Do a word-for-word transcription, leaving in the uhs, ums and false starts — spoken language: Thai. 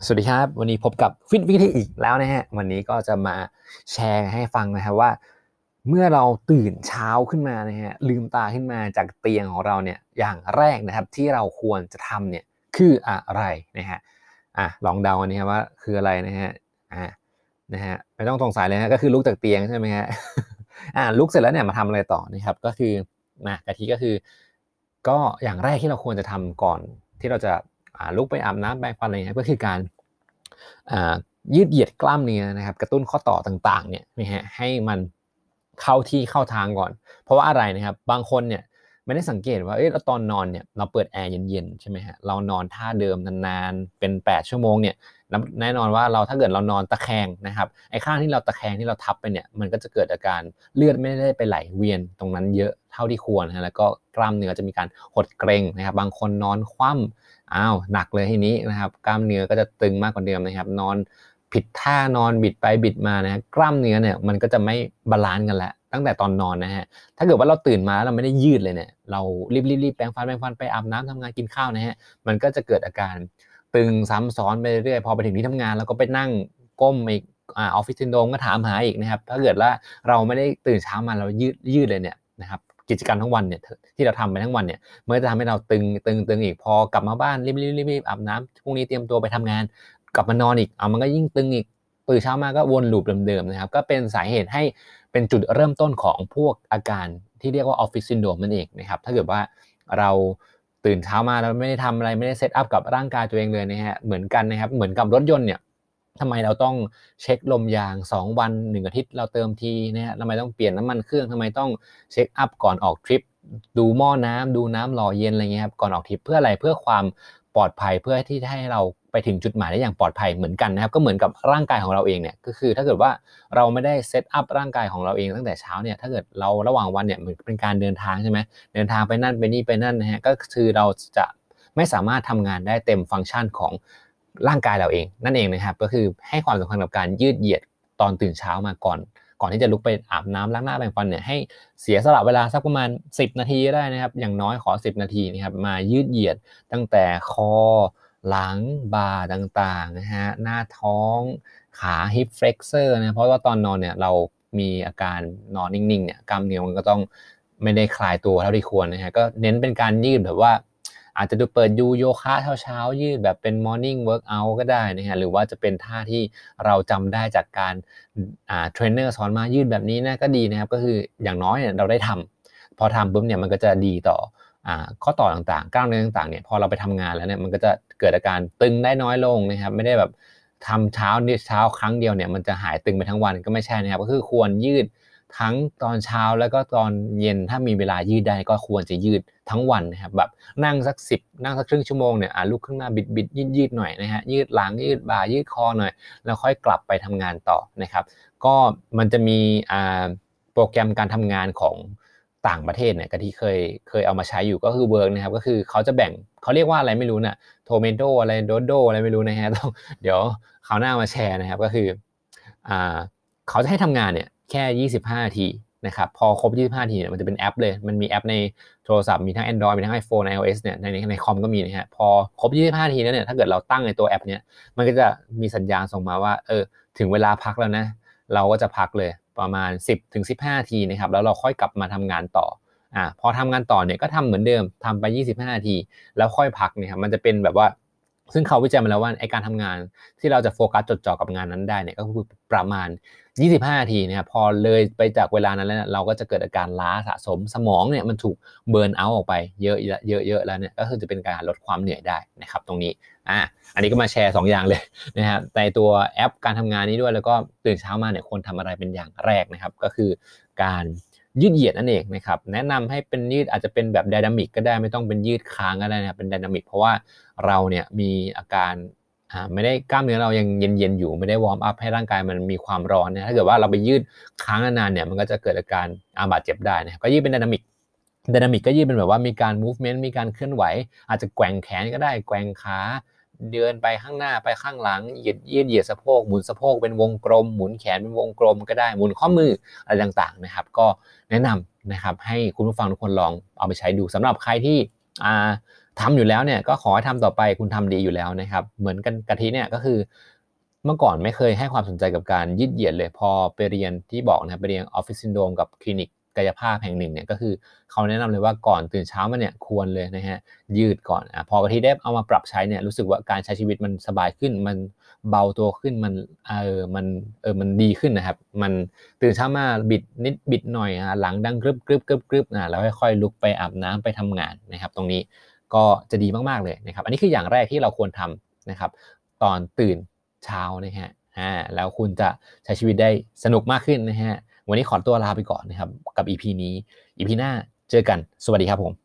สวัสดีครับวันนี้พบกับฟิตวิธีอีกแล้วนะฮะวันนี้ก็จะมาแชร์ให้ฟังนะครับว่าเมื่อเราตื่นเช้าขึ้นมานะฮะลืมตาขึ้นมาจากเตียงของเราเนี่ยอย่างแรกนะครับที่เราควรจะทำเนี่ยคืออะไรนะฮะอ่ะลองเดากันนะครับว่าคืออะไรนะฮะอ่านะฮะไม่ต้องสงสัยเลยฮะก็คือลุกจากเตียงใช่ไหมฮะอ่าลุกเสร็จแล้วเนี่ยมาทำอะไรต่อนะครับก็คือมากะทิก็คือก็อย่างแรกที่เราควรจะทำก่อนที่เราจะอ่าลุกไปอาบน้ำแปรงฟันอะไรเงี้ยก็คือการอ่ายืดเหยียดกล้ามเนื้อนะครับกระตุ้นข้อต่อต่างๆเนี่ยนะฮะให้มันเข้าที่เข้าทางก่อนเพราะว่าอะไรนะครับบางคนเนี่ยไม่ได้สังเกตว่าเอ๊ะแล้วตอนนอนเนี่ยเราเปิดแอร์เย็นๆใช่ไหมฮะเรานอนท่าเดิมนานๆเป็นแปดชั่วโมงเนี่ยแน่นอนว่าเราถ้าเกิดเรานอนตะแคงนะครับไอ้ข้างที่เราตะแคงที่เราทับไปเนี่ยมันก็จะเกิดอาการเลือดไม่ได้ไปไหลเวียนตรงนั้นเยอะเท่าที่ควรนะแล้วก็กล้ามเนื้อจะมีการหดเกร็งนะครับบางคนนอนคว่ำอ้าวหนักเลยทีนี้นะครับกล้ามเนื้อก็จะตึงมากกว่าเดิมนะครับนอนผิดท่านอนบิดไปบิดมานะกล้ามเนื้อเนี่ยมันก็จะไม่บาลานซ์กันแล้วตั้งแต่ตอนนอนนะฮะถ้าเกิดว่าเราตื่นมาแล้วเราไม่ได้ยืดเลยเนี่ยเรารีบๆๆแปรงฟันแปรงฟันไปอาบน้ำทำงานกินข้าวนะฮะมันก็จะเกิดอาการตึงซ้ำซ้อนไปเรื่อยๆพอไปถึงที่ทำงานแล้วก็ไปนั่งก้มอีกอ่าออฟฟิศซินโดรมก็ถามหาอีกนะครับถ้าเกิดว่าเราไม่ได้ตื่นเช้ามาเรายืดยืดเลยเนี่ยนะครับกิจกรรมทั้งวันเนี่ยที่เราทำไปทั้งวันเนี่ยมันก็จะทำให้เราตึงตึงตึงอีกพอกลับมาบ้านรีบๆๆๆอาบน้ำพรุ่งนี้เตรียมตัวไปทำงานกลับมานอนอีกอ้าวมันก็ยิ่งตึงอีกตื่นเช้ามาก็วนลูปเดิมๆนะครับก็เป็นสาเหตุให้เป็นจุดเริ่มต้นของพวกอาการที่เรียกว่าออฟฟิศซินโดรมนั่นเองนะครับถ้าเกิดว่าเราตื่นเช้ามาแล้วไม่ได้ทำอะไรไม่ได้เซตอัปกับร่างกายตัวเองเลยนะฮะเหมือนกันนะครับเหมือนกับรถยนต์เนี่ยทำไมเราต้องเช็คลมยางสองวันหนึ่งอาทิตย์เราเติมทีนะฮะทำไมต้องเปลี่ยนน้ำมันเครื่องทำไมต้องเช็กอัปก่อนออกทริปดูหม้อน้ำดูน้ำหล่อเย็นอะไรเงี้ยครับก่อนออกทริปเพื่ออะไรเพื่อความปลอดภัยเพื่อที่จะให้เราไปถึงจุดหมายได้อย่างปลอดภัยเหมือนกันนะครับก็เหมือนกับร่างกายของเราเองเนี่ยก็คือถ้าเกิดว่าเราไม่ได้เซตอัปร่างกายของเราเองตั้งแต่เช้าเนี่ยถ้าเกิดเราระหว่างวันเนี่ยเหมือนเป็นการเดินทางใช่ไหมเดินทางไปนั่นไปนี่ไปนั่นนะฮะก็คือเราจะไม่สามารถทำงานได้เต็มฟังก์ชันของร่างกายเราเองนั่นเองนะครับก็คือให้ความสำคัญกับการยืดเหยียดตอนตื่นเช้ามาก่อนก่อนที่จะลุกไปอาบน้ำล้างหน้าแปรงฟันเนี่ยให้เสียสละเวลาสักประมาณสิบนาทีก็ได้นะครับอย่างน้อยขอสิบนาทีนะครับมายืดเหยียดตั้งแต่คอหลังบ่าต่างๆนะฮะหน้าท้องขา hip flexor นะเพราะว่าตอนนอนเนี่ยเรามีอาการนอนนิ่งๆเนี่ยกล้ามเนื้อมันก็ต้องไม่ได้คลายตัวเท่าที่ควรนะฮะก็เน้นเป็นการยืดแบบว่าอาจจะดูเปิดดูโยคะเช้าๆยืดแบบเป็น morning workout ก็ได้นะฮะหรือว่าจะเป็นท่าที่เราจำได้จากการอ่าเทรนเนอร์สอนมายืดแบบนี้นะก็ดีนะครับก็คืออย่างน้อยเนี่ยเราได้ทำพอทำปุ๊บเนี่ยมันก็จะดีต่ออ่าข้อต่อต่างๆกล้ามเนื้อต่างๆเนี่ยพอเราไปทำงานแล้วเนี่ยมันก็จะเกิดอาการตึงได้น้อยลงนะครับไม่ได้แบบทำเช้านิดเช้าครั้งเดียวเนี่ยมันจะหายตึงไปทั้งวันก็ไม่ใช่นะครับก็คือควรยืดทั้งตอนเช้าแล้วก็ตอนเย็นถ้ามีเวลายืดได้ก็ควรจะยืดทั้งวันนะครับแบบนั่งสักสิบนั่งสักครึ่งชั่วโมงเนี่ยอ่าลุกขึ้นมาบิดๆยืดๆหน่อยนะฮะยืดหลังยืดบ่ายืดคอหน่อยแล้วค่อยกลับไปทำงานต่อนะครับก็มันจะมีอ่าโปรแกรมการทำงานของต่างประเทศเนี่ยกะทิเคยเคยเอามาใช้อยู่ก็คือเวิร์กนะครับก็คือเขาจะแบ่งเขาเรียกว่าอะไรไม่รู้น่ะ Tomato อะไร Dodo อะไรไม่รู้นะครับต้องเดี๋ยวคราวหน้ามาแชร์นะครับก็คืออ่าเขาจะให้ทำงานเนี่ยแค่ยี่สิบห้านาทีนะครับพอครบยี่สิบห้านาทีเนี่ยมันจะเป็นแอปเลยมันมีแอปในโทรศัพท์มีทั้ง Android มีทั้ง iPhone iOS เนี่ยในในคอมก็มีนะครับพอครบยี่สิบห้านาทีแล้วเนี่ยถ้าเกิดเราตั้งในตัวแอปเนี้ยมันก็จะมีสัญญาณส่งมาว่าเออถึงเวลาพักแล้วนะเราก็จะพักเลยประมาณสิบถึงสิบห้านาทีนะครับแล้วเราค่อยกลับมาทำงานต่ออ่าพอทำงานต่อเนี่ยก็ทำเหมือนเดิมทำไปยี่สิบห้านาทีแล้วค่อยพักเนี่ยครับมันจะเป็นแบบว่าซึ่งเขาวิจัยมาแล้วว่าไอ้การทำงานที่เราจะโฟกัสจดจ่อกับงานนั้นได้เนี่ยก็คือประมาณยี่สิบห้านาทีนะครับพอเลยไปจากเวลานั้นแล้วเราก็จะเกิดอาการล้าสะสมสมองเนี่ยมันถูกเบิร์นเอาท์ออกไปเยอะเยอะๆแล้วเนี่ยก็คือจะเป็นการลดความเหนื่อยได้นะครับตรงนี้อ่าอันนี้ก็มาแชร์สองอย่างเลยนะครับในตัวแอปการทำงานนี้ด้วยแล้วก็ตื่นเช้ามาเนี่ยควรทำอะไรเป็นอย่างแรกนะครับก็คือการยืดเหยียดนั่นเองนะครับแนะนำให้เป็นยืดอาจจะเป็นแบบไดนามิกก็ได้ไม่ต้องเป็นยืดค้างก็ได้นะครับเป็นไดนามิกเพราะว่าเราเนี่ยมีอาการอ่าไม่ได้กล้ามเนื้อเรายังเย็นๆอยู่ไม่ได้วอร์มอัพให้ร่างกายมันมีความร้อนนะถ้าเกิดว่าเราไปยืดค้างนานๆเนี่ยมันก็จะเกิดอาการอาบาดเจ็บได้นะครับก็ยืดเป็นไดนามิกไดนามิกก็ยืดเป็นแบบว่ามีการ movement มีการเคลื่อนไหวอาจจะแกว่งแขนก็ได้แกว่งขาเดินไปข้างหน้าไปข้างหลังยืดยืดเหยียดสะโพกหมุนสะโพกเป็นวงกลมหมุนแขนเป็นวงกลมก็ได้หมุนข้อมืออะไรต่างๆนะครับก็แนะนำนะครับให้คุณผู้ฟังทุกคนลองเอาไปใช้ดูสำหรับใครที่อ่าทำอยู่แล้วเนี่ยก็ขอให้ทำต่อไปคุณทำดีอยู่แล้วนะครับเหมือนกันกะทิเนี่ยก็คือเมื่อก่อนไม่เคยให้ความสนใจกับการยืดเหยียดเลยพอไปเรียนที่บอกนะครับไปเรียน Office Syndrome กับคลินิกกายภาพแห่งหนึ่งเนี่ยก็คือเขาแนะนำเลยว่าก่อนตื่นเช้ามาเนี่ยควรเลยนะฮะยืดก่อนอ่ะพอกะทิได้เอามาปรับใช้เนี่ยรู้สึกว่าการใช้ชีวิตมันสบายขึ้นมันเบาตัวขึ้นมันเออมันเออมันดีขึ้นนะครับมันตื่นเช้ามาบิดนิดบิดหน่อยอ่ะหลังดังกรึบกรึบกรึบกรึบอ่ะแล้วค่อยๆลุกไปอาบน้ำไปทำงานนะครับตรงนี้ก็จะดีมากๆเลยนะครับอันนี้คืออย่างแรกที่เราควรทำนะครับตอนตื่นเช้านะฮะอ่าแล้วคุณจะใช้ชีวิตได้สนุกมากขึ้นนะฮะวันนี้ขอตัวลาไปก่อนนะครับกับ อี พี นี้ อี พี หน้าเจอกันสวัสดีครับผม